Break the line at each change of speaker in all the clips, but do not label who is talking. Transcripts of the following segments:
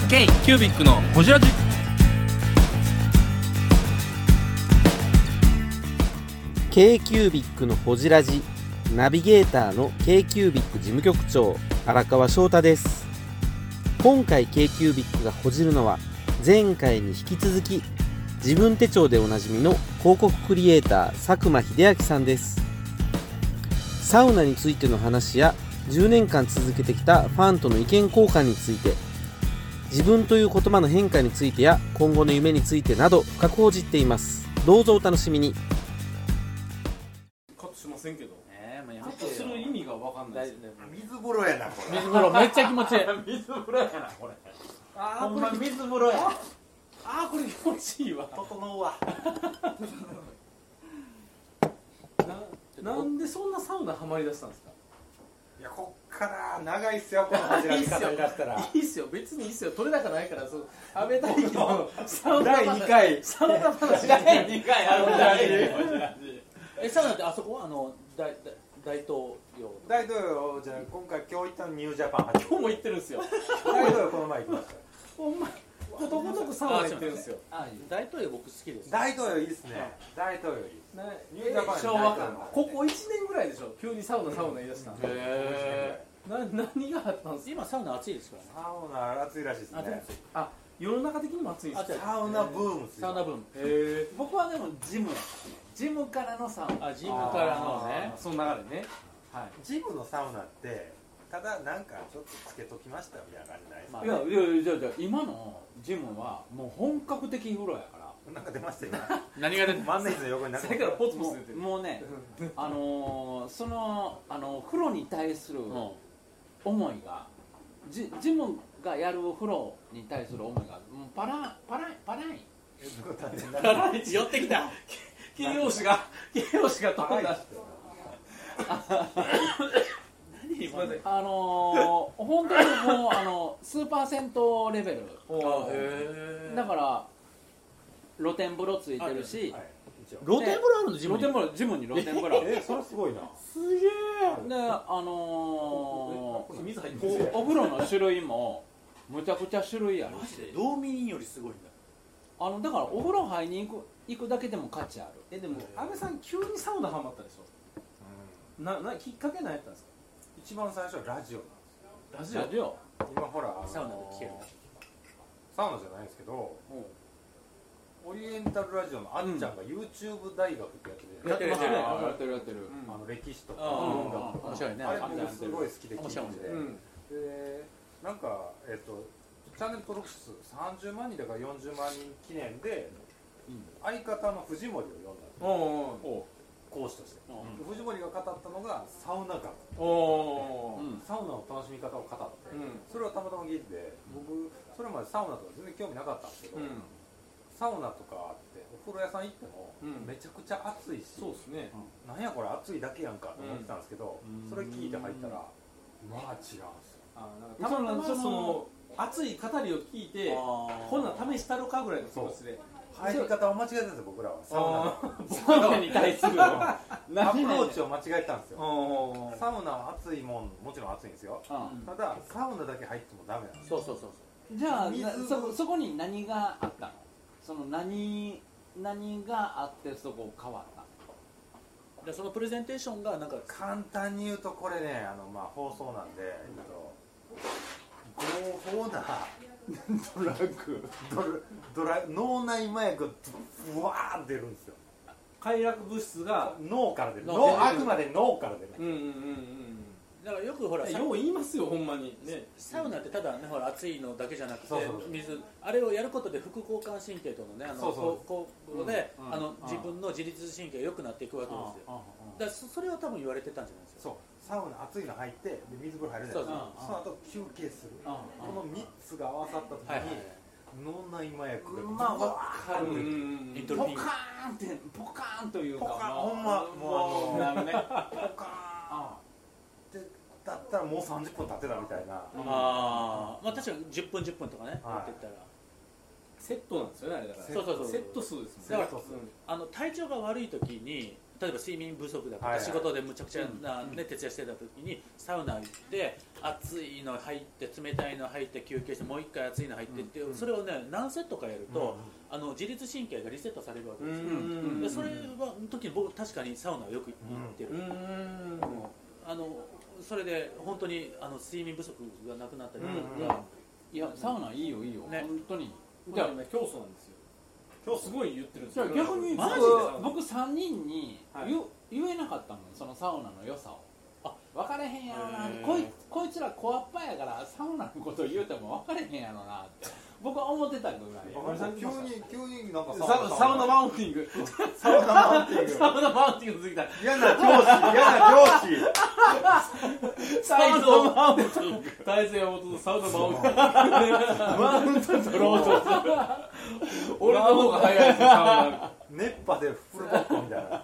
K キュービックのホジラジ。
k キュービックのホジラジナビゲーターの k キュービック事務局長荒川翔太です。今回 k キュービックがほじるのは前回に引き続き自分手帳でおなじみの広告クリエイター佐久間秀明さんです。サウナについての話や10年間続けてきたファンとの意見交換について、自分という言葉の変化についてや今後の夢についてなど深く報じっています。どうぞお楽しみに。
カットしませんけど、
もうや
カットする意味が分かんないです。
水風呂やなこれ。
水風呂めっちゃ気持ちいい
水風呂やなこれ。
ほんま水風呂や
これ気持ちいいわ。
整うわ。
なんでそんなサウナハマりだしたんですか？
いやこっから長いっすよこの走ら見方になったら。
いいっすよ、別にいいっすよ、取れ高ないからそう食べたいけどサウナ
第2回
サウナ話
第2回あるんだサウナってあそこ大統領
大統領じゃない、今日行ったのニュージャパン初めて。
今日も行ってるんですよ。
大統領この前行きましたよ。
ほんまことごとくサウナ行ってるんですよ。
大統領僕好きです
大統領いいですね。大統領いい。ニュージャパン
昭和感ここ1年ぐらいでしょ、急にサウナ言い出したの。何があったんですか？
今サウナ暑いですからね。
サウナ暑いらしいですね。
世の中的にも暑いんですか？
サウナブームっすよ。
サウナブーム僕はでもジムやジムからのサウナ
ジムからのね、その流れね。
ジムのサウナってただなんかちょっとつけときましたみたいな感じないですか？
いや今のジムはもう本格的風呂やから
なんか出ましたよ。
何が出て
万年筆の横になんか。
それからポツポツ出てる。
もうねその風呂に対する思いがジムがやる風呂に対する思いがもうパラン
寄ってきた形容詞が飛んだ。
本当にもうスーパー銭湯レベルだから露天風呂ついてるし、
露天風呂あるの？ジムに
露天風呂
それすごいな。
すげえ。
で
水入ってる。
お風呂の種類もむちゃくちゃ種類あるし、
ドーミニよりすごいんだ。
だからお風呂入りに行くだけでも価値ある。
でも安倍さん急にサウナハマったでしょ。きっかけ何やったんですか？
一番最初はラジオなんですよ。
ラジオ
今ほら
サウナで聞ける。
サウナじゃないんですけど、オリエンタルラジオのあっちゃんが YouTube 大学ってやってて、
やってる
歴史とか
うん
音楽とか
面白いね。
あれ僕すごい好きで聞いて
面白い
でなんかチャンネル登録数30万人だから40万人記念で相方の藤森を呼んだ講師として、藤森が語ったのがサウナ学、サウナの楽しみ方を語って、それをたまたま聞いて、僕それまでサウナとか全然興味なかったんですけど、サウナとかあってお風呂屋さん行ってもめちゃくちゃ暑いし、
そうですね。
なんやこれ暑いだけやんかと思ってたんですけど、それ聞いて入ったらまあ違うんですよ。
たまたまその熱い語りを聞いて、こんなん試したろかぐらいの気持ちで
入り方を間違えてたんですよ。僕らは
サウナに対する
アプローチを間違えたんですよ。サウナは暑いもちろん暑いんですよ。ただサウナだけ入ってもダメなんですよ。
そうじゃあそこに何があったの？その何があってそこ変わったの？
でそのプレゼンテーションがなんか
簡単に言うとこれね放送なんで合法な脳内麻薬がブワーって出るんですよ。
快楽物質が
脳から出る。あくまで脳から出る。
だからよくほら
よう言いますよほんまにね。
サウナってただねほら暑いのだけじゃなくて
水
あれをやることで副交感神経とのねこうで自分の自律神経が良くなっていくわけですよ。だからそれを多分言われてたんじゃないですか。
そうサウナ暑いの入ってで水風呂入るじゃないですか。その後休憩する。この3つが合わさった時に脳内麻薬が
分かる。
エントロピー
ポカーンというか
ほんまもう
なるね。
ポカーンだったらもう30分経ってたみたいな。
まあ確かに10分とかねやってったら
セットなんですよねあれだから。
そう
セット数ですもんね。
だから体調が悪い時に例えば睡眠不足だとか仕事でむちゃくちゃな、ね、徹夜してた時にサウナ行って熱いの入って冷たいの入って休憩してもう一回熱いの入ってって、それをね何セットかやると、自律神経がリセットされるわけですよ。でそれは時に僕確かにサウナをよく行ってる。それで本当に睡眠不足がなくなったりとか、
いやサウナいいよ、ね、本当に。
じゃあね競争なんですよ。今日すごい言ってるんですよ。
逆に
マジで
僕3人に言えなかったの、そのサウナの良さを。分かれへんやろな、こいつら小っぱやからサウナのこと言うても分かれへんやろなって僕は思ってたぐらい。
急になんか
サウナマウンティング
サウナマウンティング
サウナマウンティング続きたい。
嫌な上司
サウナマウンティング大勢山本のサウナマウンティングマウント取ろうとする。俺の方が早いですよサウナ。
熱波でフルバッコみたいな。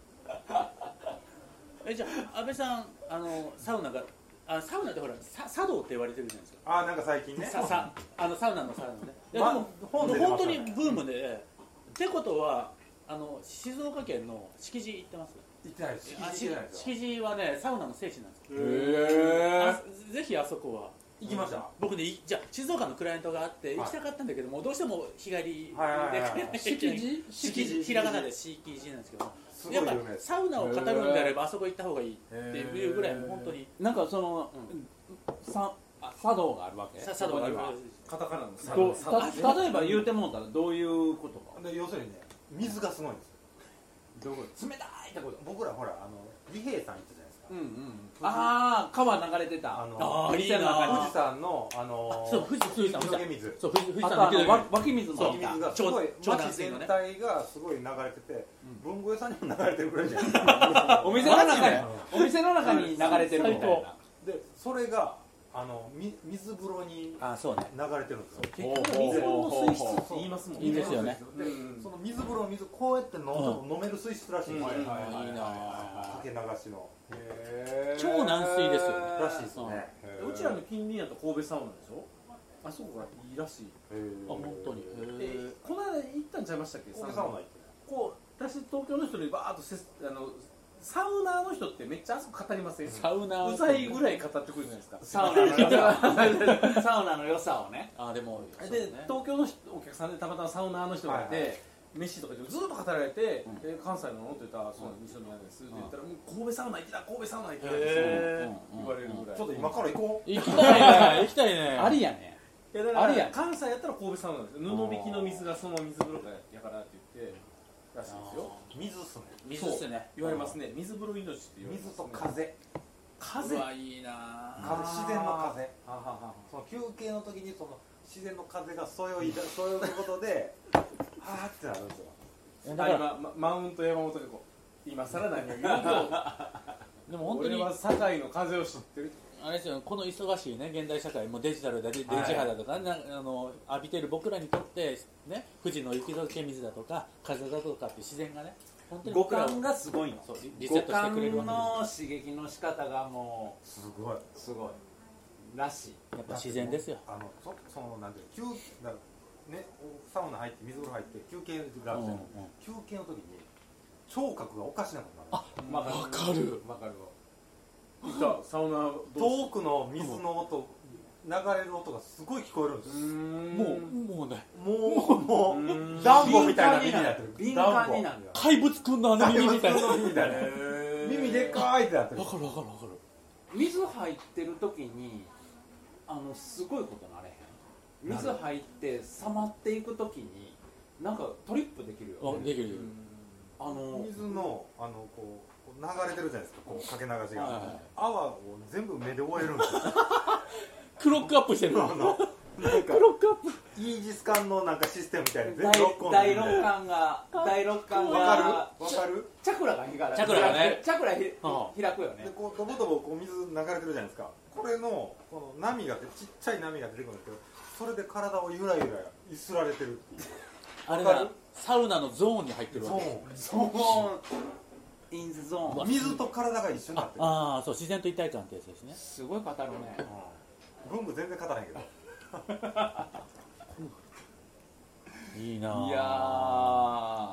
じゃあ安倍さんサウナってほら茶道って言われてるじゃないですか。
なんか最近ね
サウナのサウナね。でも本当にブームで、ってことは静岡県の敷地行ってます？
行ってないです。
敷地はねサウナの聖地なんですよ。ぜひあそこは
行きました。
僕ねじゃあ静岡のクライアントがあって行きたかったんだけども、どうしても日帰りで敷地ひらがなで敷地なんですけど、やっぱサウナを語るんであればあそこ行った方がいいっていうぐらい本当に
なんかその茶道があるわけ。
茶道がある。
カタカナの
例えば言うてもうたらどういうことか。
要するにね水がすごいんですよ。
どういうこと？冷たいってこと。
僕らほら利平さん行ったじゃないですか。
ああ川流れてた。
いいな。
富士山の
そう富士山
雪水。
そう富士山
の湧き水の
がすごい町全体がすごい流れてて、文具屋さんにも流れてるぐらいじゃないですか。
お店の中に流れてるみたいな。
でそれが水風呂に流れてるんですよ。
結局水風呂の水質って言いますもんね。
いいですよね。
でその水風呂の水こうやって飲める水質らしいんですよ。
いいな。
かけ流しの
超軟水ですよね。
らしいですね。
うちらの近隣やと神戸サウナでしょ。あそこがいいらしい。
本当に。
この間行ったんちゃいましたっけ？
神戸サウナ行って。
こう私東京の人にバーッとサウナーの人ってめっちゃあそこ語りません？
サウナ
うざいぐらい語ってくるじゃないですか。
サウナの良さをね。
でも
で東京のお客さんでたまたまサウナーの人がいて、飯とかでずっと語られて、関西ののって言ったらそう西宮ですって言ったら神戸サウナ行きた神戸サウナ行きたって言われるぐらい。
ちょっと今から行こう。
行きたいね。
ありやね。
あれや関西やったら神戸サウナですよ。布引きの水がその水風呂やからって言ってらしいですよ。
水っすね。
水っすね。
言われますね。水風呂命って言われます。
水と風。
風はいいな。
自然の風。その休憩の時にその自然の風がそよぐことではーってなるんですよ。
今マウント山本がこう今更何を言うとでも本当に俺は堺の風を知ってる。
あれですよ、この忙しいね現代社会もデジタルだ電磁波だとか、浴びてる僕らにとってね富士の雪解け水だとか風だとかって自然がね本当に
五感がすごいの。
リセットしてくれるわけです。
五感の刺激の仕方がもう
すごい
らしい。
やっぱ自然ですよ。
そのなんていうねサウナ入って水風呂入って休憩があるじゃない。休憩の時に聴覚がおかしなことになる。
わかる。
サウナ
遠くの水の音流れる音がすごい聞こえるんですよ。もうダンボみたいな耳になってる。
敏感になるよ。
怪物くんの耳みたいな。
耳でっかいってなってる。
わかる。
水入ってる時にすごいことなれへん。水入って冷まっていく時になんかトリップできるよね。
できる。
水のこう流れてるじゃないですか。こうかけ流しが泡を全部目で追えるんですよ。
クロックアップしてる。
なんかクロックアップイージス艦のなんかシステムみたいに全部ロックオン
第六感が
わかる
チャクラが光る。
チャクラがね
チャクラ開くよね。
でこうドボドボこう水流れてるじゃないですか。これのこの波がちっちゃい波が出てくるんですけど、それで体をゆらゆら揺すられてるっていう。
あれがサウナのゾーンに入ってるわけ。
ゾーンインズゾーン。
水と体が一緒になってる。
そう自然と一体感ってやつですね。
すごい語るね。
文具全然語らへんけど。
いいな。
いや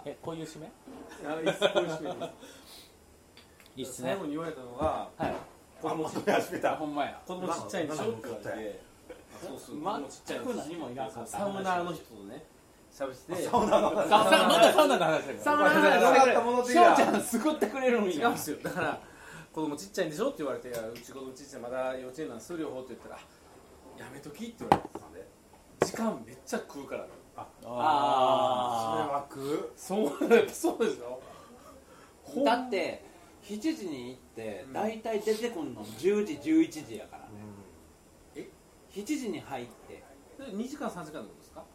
こういう締め
いやいいっすこういう締めです
いいっすね
最後に言われたのが
はい
子供ちっ
ほんまや
ちゃいんでしょって言われてそうする子供ちっちゃいんです
何もいらんかった
サウナーの人とね喋ってて
サウナの
まだサウナの話だ
サウナーの翔ちゃん救ってくれるんや
違うんですよだから子供ちっちゃいんでしょって言われていやうち子供ちっちゃいまだ幼稚園なんです両方って言ったらやめときって言われて時間めっちゃ食うから
それ
あ
は食う
そうでしょ
あだって7時に行って大体出てくんの10時11時やから7時に入って
2時間3時間ってことですか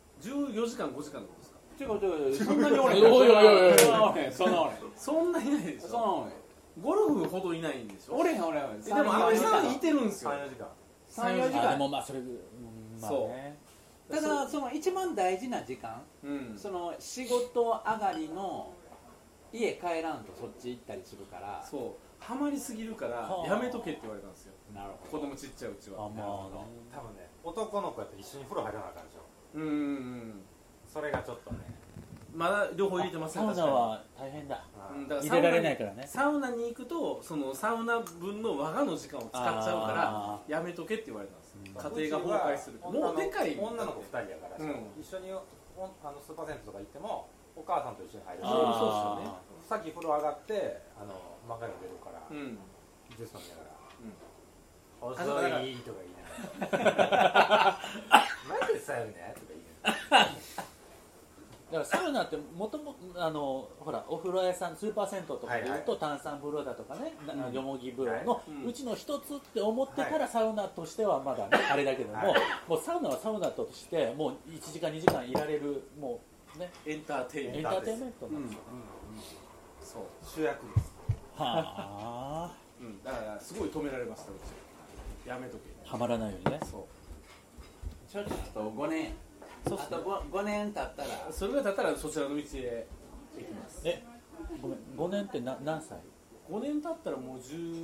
14時間5時間ってことですか
違うそんなにおれへんそんなおれへん
そんないないでしょ
そんなおれへん
ゴルフほどいないんでしょ
おれへん
でも安倍さんいてるんですよ
34時間
3、4時間
でもまあそれまあね
ただその一番大事な時間その仕事上がりの家帰らんとそっち行ったりするから
そうハマりすぎるからやめとけって言われたんですよ
なるほど
子供ちっちゃいうちは
あまあ
多分ね男の子やって一緒に風呂入らなあかんでしょ
うん
それがちょっとね
まだ両方入れてません
サウナは大変だ
だから
入れられないからね
サウナに行くとそのサウナ分の我がの時間を使っちゃうからやめとけって言われたんです家庭が崩壊するもうでかい
女の子2人やから一緒にスーパー銭湯とか行ってもお母さんと一緒に入るし
そうですよね
さっき風呂上がって漫画読んでるからジ
うん
ュース飲みながら
うん
遅いとか言いながらマジでサウナとか言いながら
だからサウナってもともほらお風呂屋さんスーパー銭湯とかでいうと炭酸風呂だとかねよもぎ風呂のうちの一つって思ってからサウナとしてはまだねあれだけどももうサウナはサウナとしてもう1時間2時間いられるもうね
エンターテインメント
エンターテインメントなんですよ
そう
主役です
はあ
だからすごい止められましたうちやめとけ
はまらないようにね
そう
ちょっと5年
そうっすね
あと 5年経ったら
それが経ったらそちらの道へ行きます
ごめん5年って何歳
5年経ったらもう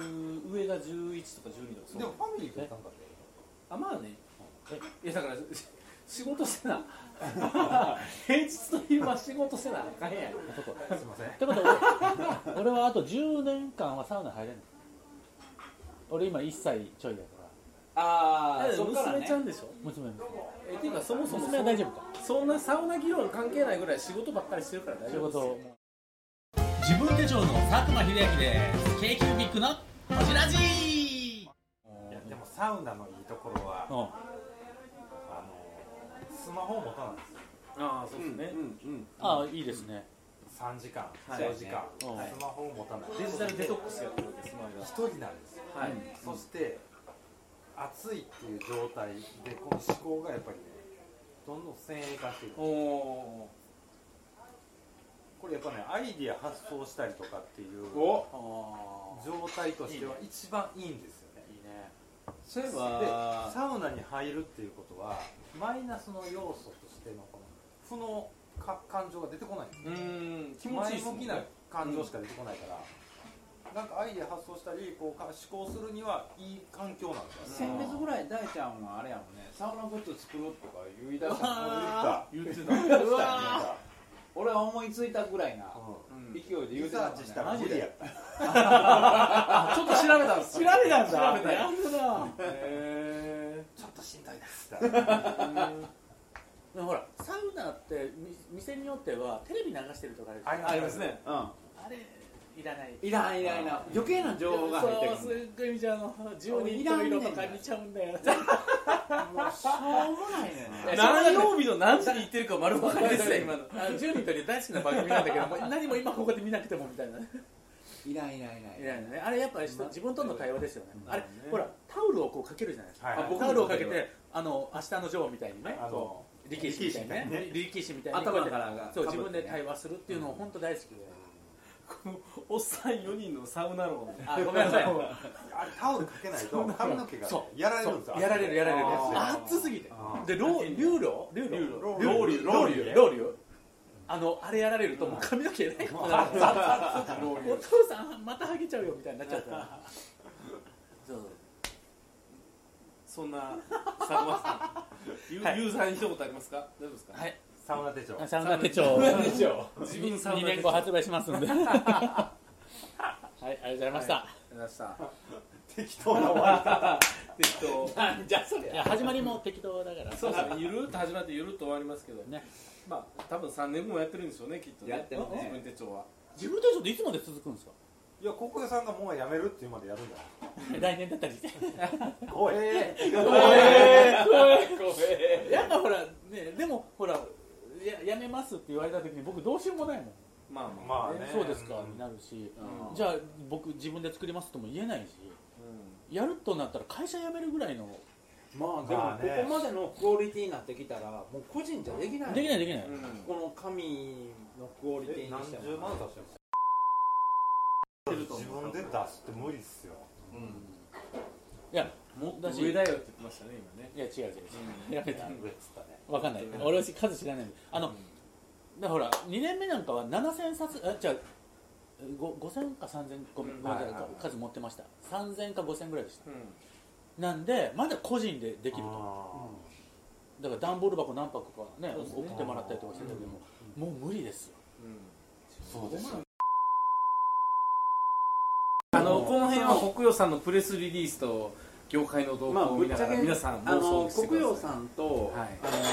10上が11とか12とか
でもファミリーと行ったんだって
あまあねいやだから仕事せな平日というは仕事せなあかんやん
すいません
ってことは俺はあと10年間はサウナ入れんの俺今1歳ちょいだから
ああそっからね
娘ちゃんでしょ
娘
っていうかそもそも
娘は大丈夫か
そんなサウナ議論関係ないぐらい仕事ばっかりしてるから大
仕
丈夫ですよ
事も自分手帳の佐久間秀明です k ー b ックのこちらじ
いやでもサウナのいいところはスマホを持たないんですよ
ああそうですね
ああいいですね
3時間
はい
4時間
はい
スマホを持たない
デジタルデトックスやってるわけですその間
一人なんですよ
はい
そして暑いっていう状態でこの思考がやっぱりねどんどん先鋭化していく
お
これやっぱねアイディア発想したりとかっていう
お
状態としては一番いいんですよね
いいね
そういえ
で
ば
サウナに入るっていうことはマイナスの要素としてのこの負の感情が出てこないんですよ
気持ちいいっすもんね
前向きな感情しか出てこないから、なんかアイデア発想したりこう思考するにはいい環境なんですよね
先月ぐらい大ちゃんはあれやもんねサウナグッズ作ろうとか言い出した
言ってた
うわ俺は思いついたぐらいな勢いで言うてたもんね
リサーチしたら無理やった
ちょっと調べたんです
調べたんだ
調べたよ
やるな
ちょっとしんどいです
でもほらサウナって店によってはテレビ流してるとかある
ありますね
うん
あれいらない
いらんいらんいらん余計な情報が入ってくる
そうすっごい見ちゃうの10人と色とか見ちゃうんだよ
もうしょうもないねん
何曜日の何時に行ってるか丸分かりですね今の
10人と大好きな番組なんだけども何も今ここで見なくてもみたいなね
いらんいらんいらん
いらないねあれやっぱり自分との対話ですよねあれほらタオルをこうかけるじゃないですか、
はい
タオルをかけて明日のジョーみたいにねこう力士みたいに
力士みたいにね
ね力士みたいに
頭からが
そう自分で対話するっていうのを本当大好きで、
このおっさん4人のサウナ論
あごめんなさい
あれタオルかけないと髪の毛がね
そう
やられるんですよ
やられる
あ
熱すぎて
あー
で流あれやられるともう髪の毛えらいことになるお父さんまたハゲちゃうよみたいになっちゃうからそう
そんな佐久間さんユーザーに一言ありますか大丈夫ですか
はい
サウナ手帳
サウナ手帳
自分サウナ手帳
2年後発売しますんではい、ありがとうございました、
ありがとうございました
適当な終わり方
適当
なんじゃそり
いや始まりも適当だから
そうですね、ゆるっと始まってゆるっと終わりますけど
ね、
まあ多分3年後もやってるんでしょうね、きっとね。
やってますね
自分手帳は。
自分手帳っていつまで続くんですか？
いや国営さんがもうやめるっていうまでやるんだよ
来年だったりして
怖い
やっぱほらね、でもほらやめますって言われた時に僕どうしようもないもん。
まあまあ、
まあね
そうですかになるし、
うん
じゃあ僕自分で作りますとも言えないし、やるとなったら会社辞めるぐらいの
まあでも
まあね
ここまでのクオリティになってきたらもう個人じゃできない
できないできない、
この紙のクオリティに
何
しても
十万出しても自分で出して無理っすよ
いや
もっと上だよって言ってましたね、今ね。
いや違う違う、やめた
上っつったね
わかんない、俺は数知らないんでだからほら2年目なんかは7000冊じゃあ5000か3000ごめんなさい数持ってました3000か5000ぐらいでした、なんでまだ個人でできるとだから段ボール箱何箱かね送ってもらったりとかしてたけども、もう無理ですよ。
そうですよ
この辺は国用さんのプレスリリースと業界の動向を見ながら皆さん妄想してください。
国用さんと、
はい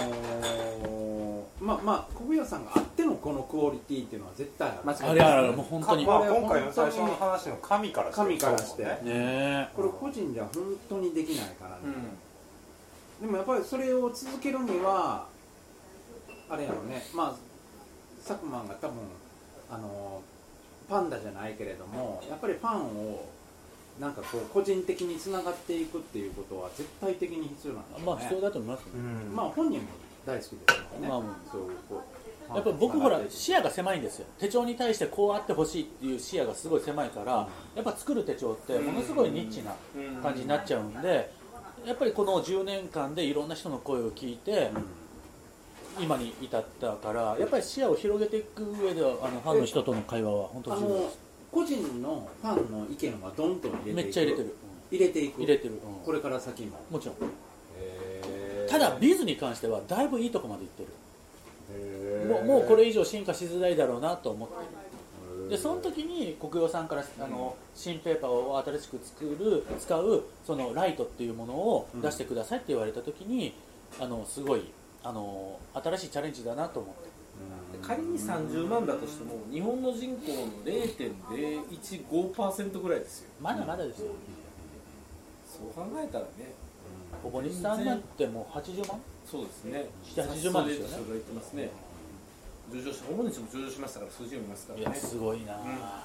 国用さんがあってのこのクオリティっていうのは絶対ある。
あれあれもう本当に
まあ今回の最初の話の紙からして
紙からして
ね
これ個人じゃ本当にできないからね、でもやっぱりそれを続けるにはあれやろね、まあ佐久間が多分パンダじゃないけれどもやっぱりファンをなんかこう個人的につながっていくっていうことは絶対的に必要なんだよね。
まあ必要だと思いますね、
まあ本人も大好きですよね、
まあ
そういうこう
やっぱり僕ほら視野が狭いんですよ。手帳に対してこうあってほしいっていう視野がすごい狭いからやっぱ作る手帳ってものすごいニッチな感じになっちゃうんでやっぱりこの10年間でいろんな人の声を聞いて今に至ったからやっぱり視野を広げていく上ではファンの人との会話は本当に重要です。
個人のファンの意見はどんどん入れていく。
めっちゃ入れてる、
入れていく
入れてる、
これから先も
もちろん。ただビズに関してはだいぶいいとこまでいってる。もうこれ以上進化しづらいだろうなと思ってる。でその時に国用さんから新ペーパーを新しく使うそのライトっていうものを出してくださいって言われた時にすごい新しいチャレンジだなと思って。
仮に30万だとしても日本の人口の 0.015% ぐらいですよ。
まだまだですよ。
そう考えたらね、
小堀さんなんてもう80万
そうですね、
80万ですよね。
それが言ってますね。上場しほぼ日も上場しましたから数字を見ますからね。
いやすごいな、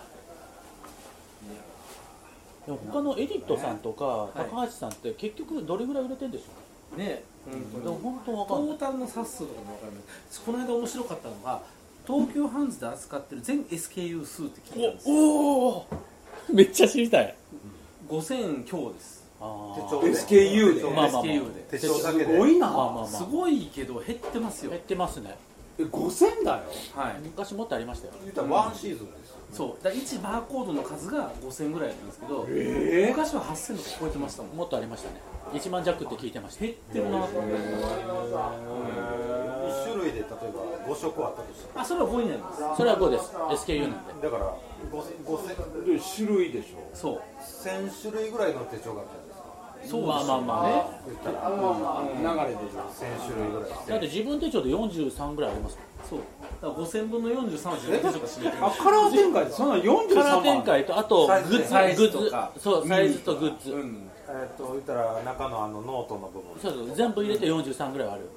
でも他のエディットさんとか高橋さんって結局どれぐらい売れてるんでしょう
ね、
でも本当わかんない。
トータルの冊数とかも分からない。この間面白かったのが東急ハンズで扱ってる全 SKU 数って聞いたんですよ。
おめっちゃ知りたい。
5000強です。
手帳で
SKU で
まあまあまあ
SKU で
手帳だけで
すごいな、
まあまあまあ
すごいけど減ってますよ
減。ってますね。
5000だよ。
はい。
昔もっとありましたよ。
言ったらワンシーズンですよ
そう。だから1バーコードの数が5000ぐらいなんですけど、昔は8000とか超えてましたもん。
もっとありましたね。1万弱って聞いてました。
減ってるなと思って。
1種類で例えば5色あったとしたら
あ、それは5になります。
それは5です。SKU なんで。
だから5000
で種類でしょ。
そう。
1000種類ぐらいの手帳があったんですか
そう
まあまあまあ、
言ったら
流れで
1000種類ぐらい
だって自分手帳で43ぐらいありますもん。
そう。だから5000分の43は自分でしか占めてる。
カラー展開でそんな43
カラー展開とあとグッズ
サイズ
グッズ
とか
そうサイズとグッズ、
うん。
言ったら中のノートの部分
そうそう全部入れて43ぐらいはある。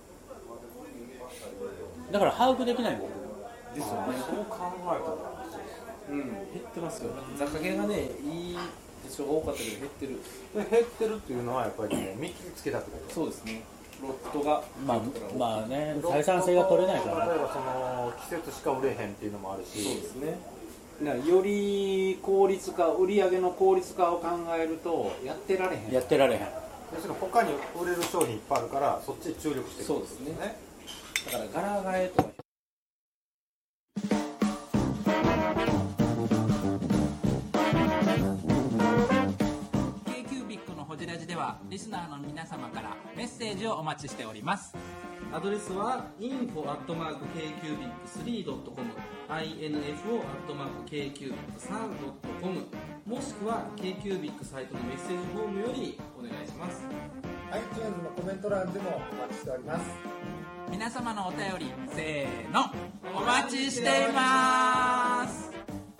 だから把握できないもん。
ですよね。
そう考えたら
うん。減ってますよ。雑貨系がね、いい手帳が多かったけど減ってる。
で減ってるっていうのはやっぱりね見切りつけたくて
そうですね。ロットが。
まあね採算性が取れないから
例えばその季節しか売れへんっていうのもあるし
そうですね。
より効率化、売上の効率化を考えるとやってられへん。
やってられへん。
要するに他に売れる商品いっぱいあるからそっちに注力していく
そうですね。だから柄替えとか。
K-Cubic のホジラジではリスナーの皆様からメッセージをお待ちしております。
アドレスは info@kcubic3.com info@kcubic3.com もしくは KQBIC サイトのメッセージフォームよりお願いします。
iTunes のコメント欄でもお待ちしております。
皆様のお便りせーのお待ちしています。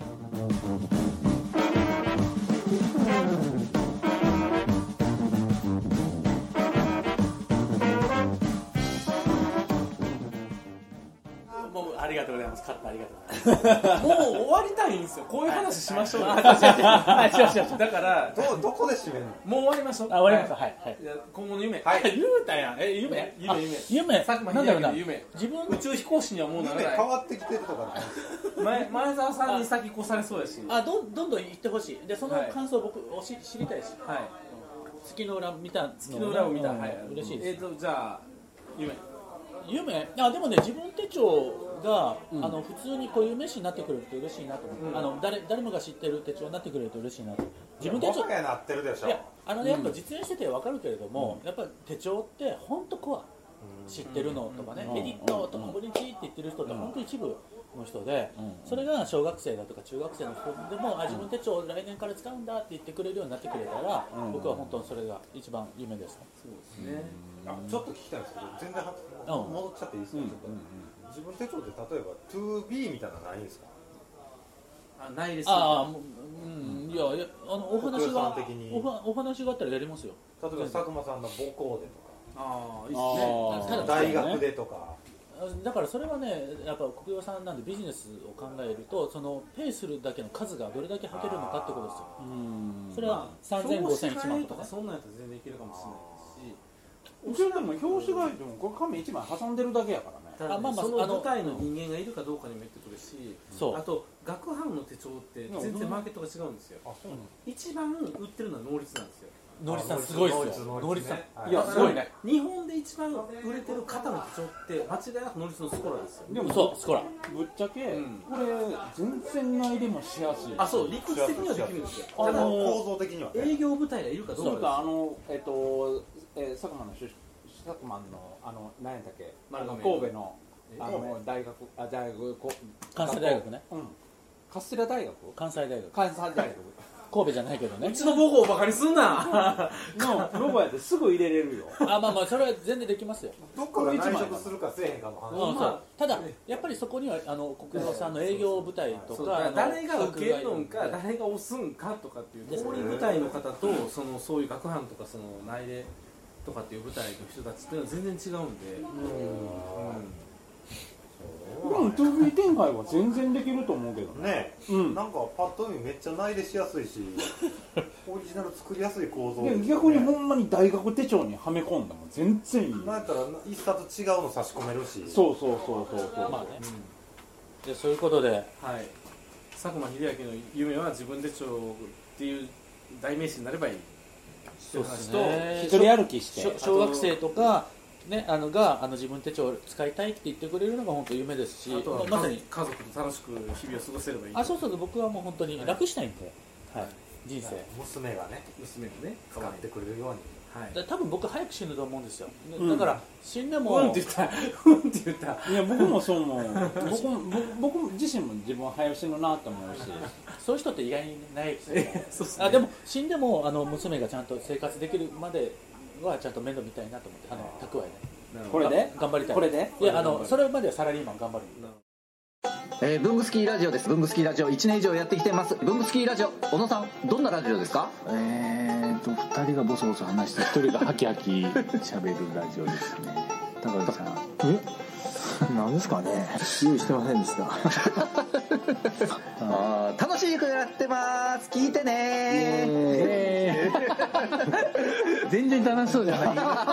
もうありがとうございます。カットありがとうございます。
もう終わりたいんですよ。こういう話しましょうよ。
はいしましょう。
だから
どこで締めるの？
もう終わりましょう。
あ、終わりました。はいはい。
いや今後の夢。
はい。
言うたやん。夢
佐久間秀明の夢。
自分
宇宙飛行士にはもうならない。
変わってきてるとかない？
前澤さんに先越されそうやし。
どんどん言ってほしい。でその感想僕知りたいし。
はい。
月の裏見た
月の裏を見た。はい。
嬉しいです。
じゃあ夢。
でもね、自分手帳が、普通にこういう名刺になってくれると嬉しいなと思って、誰もが知ってる手帳になってくれると嬉しいなと。自分手帳
バカやなってるでしょ。
いややっぱ実演してて分かるけれども、やっぱ手帳って本当コア知ってるのとかね、エディットとかブリッジって言ってる人って本当一部の人で、それが小学生だとか中学生の人でも自分手帳来年から使うんだって言ってくれるようになってくれたら、僕は本当にそれが一番夢です。
そうですね。
ちょっと聞きたいんですけど、全然戻っちゃっていいですか？自分手帳で例えば 2B みたいなのないんですか？
ないです。
いやお話があったらやりますよ。
例えば佐久間さんの母校でとか、
いいですね。
大学でとか。
だからそれはね、やっぱ国用さんなんでビジネスを考えると、そのペイするだけの数がどれだけ履けるのかってことですよ。それは3000、5000、1万とか
そんなんやったら全然いけるかもしれないし。
うちでも表紙がでもこれ紙1枚挟んでるだけやからね。
その舞台の人間がいるかどうかにもよってくるし、あと学班の手帳って全然マーケットが違うんですよ。一番売ってるのは能率なんですよ。
能率さんすごいですよ。能率さん、
いやすごいね。日本で一番売れてる方の手帳って間違いなく能率のスコラですよ。
でも
そうスコラ。
ぶっちゃけこれ全然内でもしやすい。
そう理屈的にはできるんですよ。
構造的には
営業部隊がいるかどうか。
そうか佐久間の何やったっけ、神戸の大学
関西大学ね。
カステラ大学、
関西大学、神戸じゃないけどね。
うちの母校をバカにすんな。
のロゴやってすぐ入れれるよ。
それは全然できますよ。
どっかが内職するかせえへんかの話。
ただやっぱりそこには国用さんの営業部隊とか
誰が受けるのか誰が押すんかとかっていう通り部隊の方とそういう学班とかその内例とかっていう舞台の人たちっていうのは全然違うんで。
でも 2B 展開は全然できると思うけど
ね。なんかパッと見めっちゃ内でしやすいし、オリジナル作りやすい構造。
逆にほんまに大学手帳にはめ込んだもん全然いい。
なんやったら一冊違うの差し込めるし。
そう。
まあね。でそういうことで、
佐久間秀明の夢は自分手帳っていう代名詞になればいい。
そうですね。
一人歩きして
小学生とかねが自分手帳を使いたいって言ってくれるのが本当夢ですし、
まさに家族と楽しく日々を過ごせればいい。
そう僕はもう本当に楽したいんで、人生。
娘がね使ってくれるように。
多分僕早く死ぬと思うんですよ。だから死んでも
うんって言った。
いや僕もそう思う。僕自身も自分は早く死ぬなと思うし、
そういう人って意外にないですよね。でも死んでも娘がちゃんと生活できるまではちゃんと面倒見たいなと思って蓄えね。
これで
頑張りたい。
これで
いやそれまではサラリーマン頑張る。
ブングスキーラジオです。ブングスキーラジオ1年以上やってきてます。ブングスキーラジオ、小野さんどんなラジオですか
2人がボソボソ話して1人がハキハキ喋るラジオですね。高木さん何ですかね、用意してませんでした
楽しくやってます、聞いてね
全然楽しそうじゃ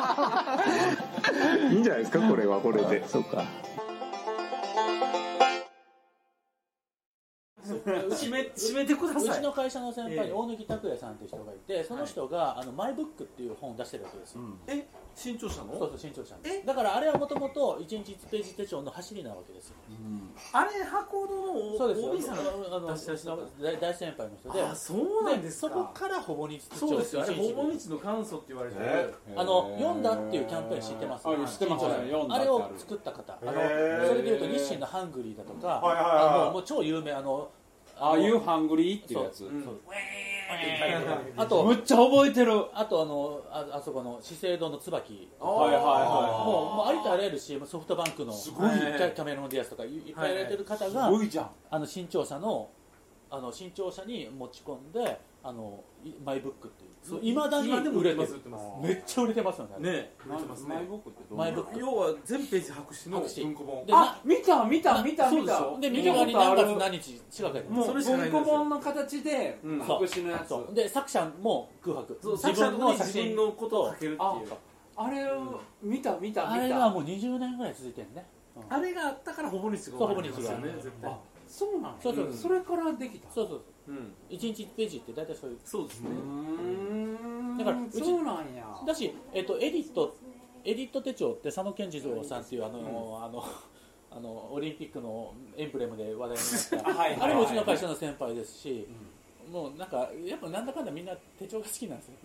ないいいんじゃないですか、これはこれで。そうか、
締め締めてください。
うちの会社の先輩に大貫拓也さんっていう人がいて、その人がマイブックっていう本を出してるわけですよ。
新潮社の？
そうそう、新潮社の。だからあれはもともと1日1ページ手帳の走りなわけですよ。
あれ箱の OB さんが出した
大先輩の人で、
そうなんですか。
そこからほぼ日手帳。
そうですよ。あれほぼ日の元祖って言われてる。
読んだっていうキャンペーン知ってます？
知ってます。
あれを作った方、それでいうと日清のハングリーだとか、もう超有名あ
あいうハングリーっていうやつ。
あと
むっちゃ覚えてる。
あとあそこの資生堂の椿、
も
うありとあらゆる CM、ソフトバンクのキャメロンディアスとかいっぱいやられてる方が新潮社に持ち込んでマイブックっていう、いまだに売れてる。めっちゃ売れてますよね。
マイブックってどう？
マイブック、
要は全ページ白紙の文庫本。
あ、見た
で右側に何月何日違うけど、
もう文庫本の形で白紙のやつ
で、作者も空白、
自分のことを書けるっていう。
あれを見た。
あれがもう20年ぐらい続いてるね。
あれがあったからほぼ日が
ほぼ日が
ね、絶対。
そうなんです。それからできた。
そう、1日1ページって大体そういう。
そうですね。
だから
そうなんや。
だし、エディット手帳って佐野健次郎さんっていうオリンピックのエンブレムで話題になったあれもうちの会社の先輩ですし、もうなんかやっぱなんだかんだみんな手帳が好きなんですよ。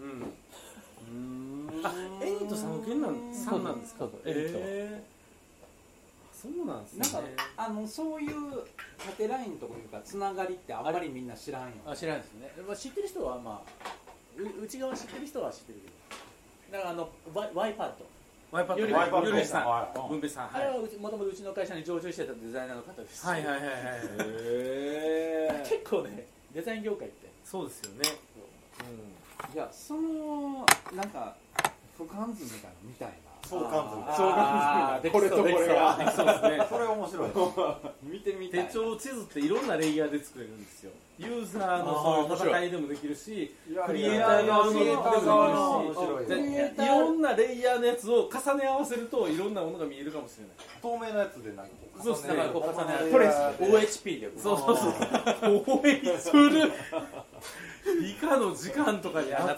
エディット佐野健さんなんですか？
エディット。
そうなんですね。
なんかそういう縦ラインというかつながりってあんまりみんな知らんよ。
知らないですね。知ってる人はまあ内側知ってる人は知ってるけど、だからワイパッド
ゆるいさん、文平さん、
あれはもともとうちの会社に常駐してたデザイナーの方ですし、結構ねデザイン業界って
そうですよね。
いやそのなんか俯瞰図みたいなみたいな。
相関図。
これとこれが。
そうですね。
それ面白い。
見てみたい。
手帳地図っていろんなレイヤーで作れるんですよ。ユーザーのそういう戦いでもできるし、クリエイター側のでもできるし、いろんなレイヤーのやつを重ね合わせるといろんなものが見えるかもしれない。
透明なやつでなんか
そうですね。
重ね合わせる。これ OHP で。
そう。OHP。理科の時間とかにあった。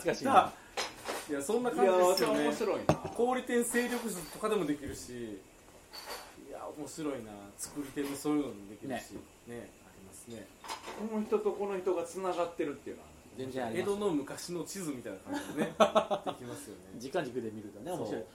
いやそんな感じですよね。
面白いな。
小売店勢力図とかでもできるし、いや面白いな。作り手もそういうのもできるし、ねありますね。
この人とこの人がつながってるっていうのは
全然あります。
江戸の昔の地図みたいな感じでねできますよね。
時間軸で見るとね面白い。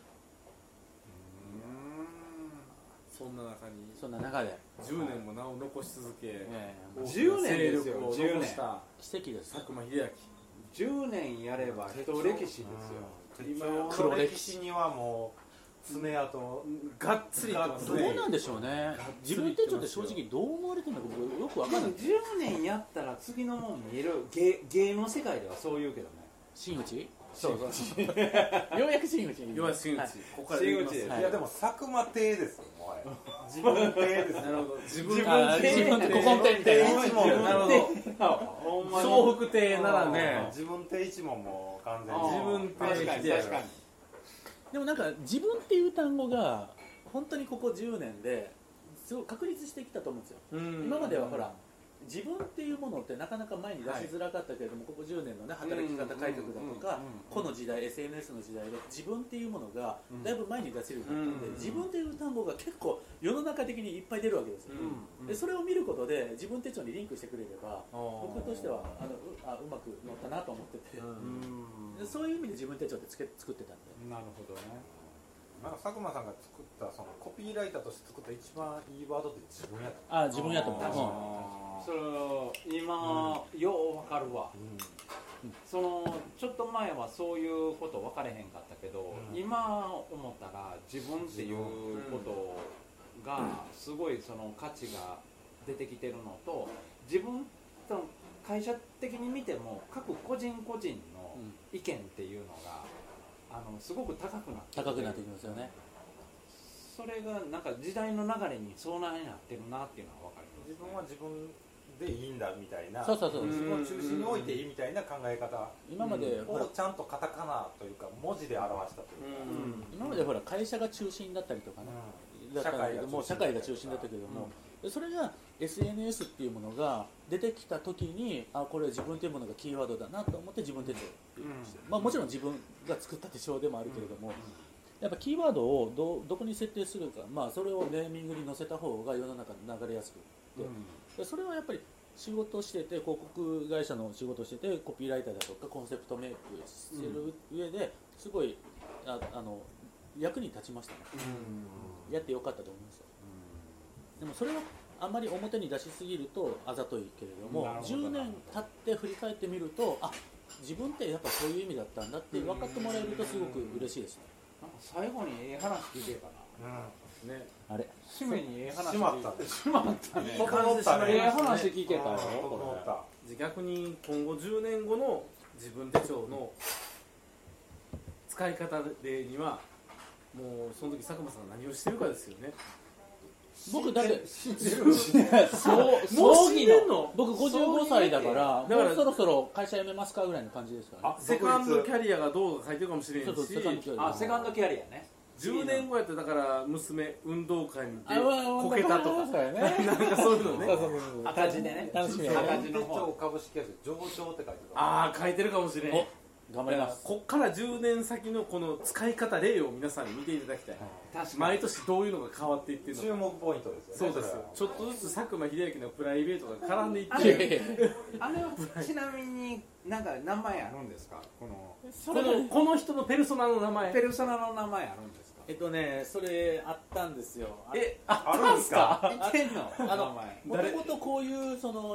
そんな中で
10年も名を残し続け、
10年ですよ。
10年した
奇跡です。
佐久間秀
明10年やれば人歴史ですよ。
今黒歴史にはもう爪痕
がっつり。ど
うなんでしょうね。自分手帳って正直どう思われてるのかよくわかんない。
10年やったら次のもん見える。芸の世界ではそう言うけどね。
真打ち？
そう
ようやく真打ち。
ようやく真打ち。
ここから真打ち。
いやでも佐久間亭ですよ。もはや自分亭です。
なるほど。自分
古今亭みたいな。
なるほど。笑福亭ならね。
自分亭一門も完全に。
自分亭
確かに。
でもなんか自分っていう単語が本当にここ10年ですごい確立してきたと思うんですよ。今まではほら自分っていうものってなかなか前に出しづらかったけれども、ここ10年のね働き方改革だとか、この時代 SNS の時代で自分っていうものがだいぶ前に出せるようになったんで、自分っていう単語が結構世の中的にいっぱい出るわけですよ。でそれを見ることで自分手帳にリンクしてくれれば僕としてはうまく乗ったなと思ってて、そういう意味で自分手帳って作ってたんで。
なるほどね。
なんか佐久間さんが作ったそのコピーライターとして作った一番いいワードって自分やった。
自分やと思う。
それ今、ようわかるわ。そのちょっと前はそういうこと分かれへんかったけど、今思ったら自分っていうことがすごいその価値が出てきてるのと、自分と会社的に見ても各個人個人の意見っていうのがすごく高くなって
きますよね。
それがなんか時代の流れにそうなってるなっていうのは分かる。
自分は自分でいいんだみたいな、
自
分を中心に置いていいみたいな考え方
今まで
をちゃんとカタカナというか文字で表したというか、
今までほら会社が中心だったりとかね、社会が中心だったけども、
それが SNS っていうものが出てきた時にこれ自分というものがキーワードだなと思って自分手帳っていうのをして、もちろん自分が作った手帳でもあるけれども、やっぱキーワードをどこに設定するか、それをネーミングに載せた方が世の中に流れやすくて、それはやっぱり仕事してて広告会社の仕事しててコピーライターだとかコンセプトメイクしてる上ですごい役に立ちましたね、やってよかったと思いますよ。でもそれはあんまり表に出しすぎるとあざといけれども、10年経って振り返ってみると自分ってやっぱそういう意味だったんだって分かってもらえるとすごく嬉しいですね。
最後に話聞いてかな、
あれ
締めに話
しまったね
整ったね、話聞けたよ。
逆に今後10年後の自分手帳の使い方例にはもうその時佐久間さんが何をしてるかですよね。
僕だって
死んでる
もう死んでんの？僕55歳だからもうそろそろ会社辞めますかぐらいの感じですからね。
セカンドキャリアがどうか書いてるかもしれんし、
セカンドキャリア
ね。
10年後やってだから娘運動会に出こけたとかなんかそういうのね、
赤字でね、
赤字の方株式会社上場って書いてる。
書いてるかもしれん。
頑張ります。
こっから10年先のこの使い方例を皆さんに見ていただきたい。毎年どういうのが変わっていってるのか。
注目ポイントですよね。
そうですよ。ちょっとずつ佐久間秀明のプライベートが絡んでいってる。
あれはちなみになんか名前あるんですか？
この人のペルソナの名前。
ペルソナの名前あるんですか？
それあったんですよ。
あるんですか？
言ってんの？
もともとこういうその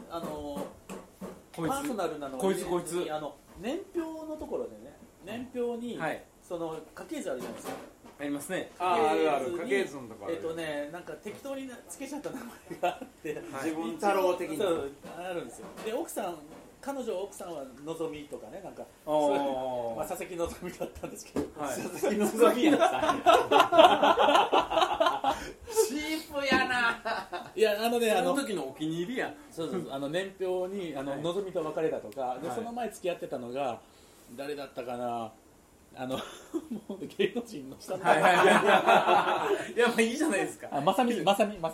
パーソナルなの
こいつ
年表のところでね、年表にその家系図あるじゃないですか。
ありますね。
ある家系図のところ。
なんか適当につけちゃった名前があって、
自分太郎的に
あるんですよ。で彼女奥さんはのぞみとかね、なんか佐々木のぞみだったんですけど、佐々木のぞみやった
チープやな。
いや
その時のお気に入りや。
そう年表にのぞみと別れたとかで、その前付き合ってたのが誰だったかな、もう芸能人の下の
いやいいじゃないですか。
まさみとか。
まさみ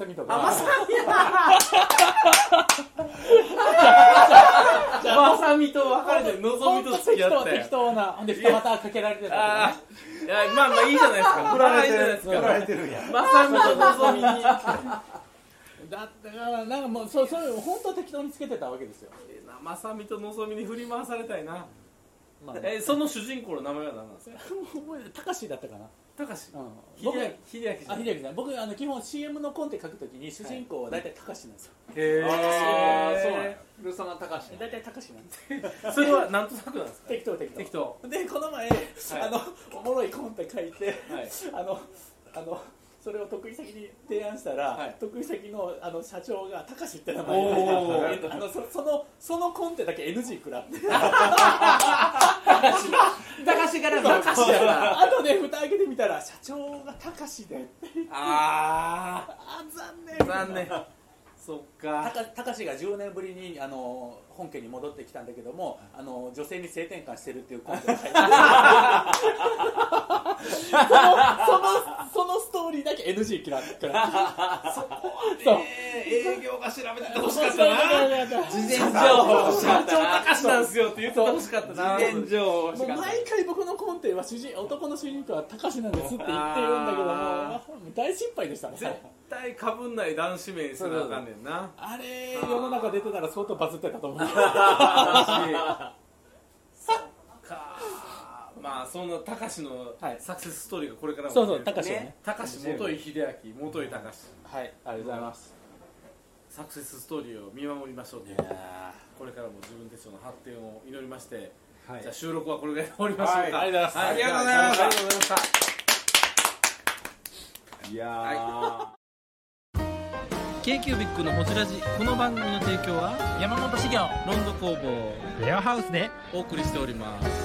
まさみと別れてのぞみと付き合って
適当なで二股かけられてたとかね。
いやまあいいじゃないですか。振られてるやん。まさみとのぞみにだったから
なんかもうそういう本当適当につけてたわけですよ。
まさみとのぞみに振り回されたいな。その主人公の名前は何なんですか？
たかしだったかな。
たかし。秀明
さん。僕基本 CM のコンテ書くときに主人公は大体たかしなんですよ。
そうなん。ルーサナたかし。
大体たかしなんです。
それは何となくなんですか？
適当。でこの前おもろいコンテ書いてそれを得意先に提案したら、得意先の社長がたかしって名前でそのコンテだけ NG 食らってたかしからのあとで蓋開けてみたら社長がたかしで残念そっか。たかしが10年ぶりに本家に戻ってきたんだけども女性に性転換してるっていうコンテが書いてそのストーリーだけ NG 嫌ってそこはね
営業が調べててほしかったな。事前情報社長たかしなんすよって言ってほしかったな。
事前情報欲しかった。毎回僕のコンテは男の主人公はたかしなんですって言ってるんだけども大失敗でしたね。
絶対かぶんない男子名にするのあかんねんな。
あれ世の中出てたら相当バズってたと思う。そっ
か。まあそんなたかしのサクセスストーリーがこれからも
そうたかしね。
たかし元井秀明元井たかし。
はい、ありがとうございます。
サクセスストーリーを見守りましょう。これからも自分手帳の発展を祈りまして、じゃあ収録はこれぐらいで終わりましょうか。
ありがとうございます。
ありがとうございました。
いや
K-Cubic のホジラジ、この番組の提供は
山本資源
ロンド工房
レアハウスで
お送りしております。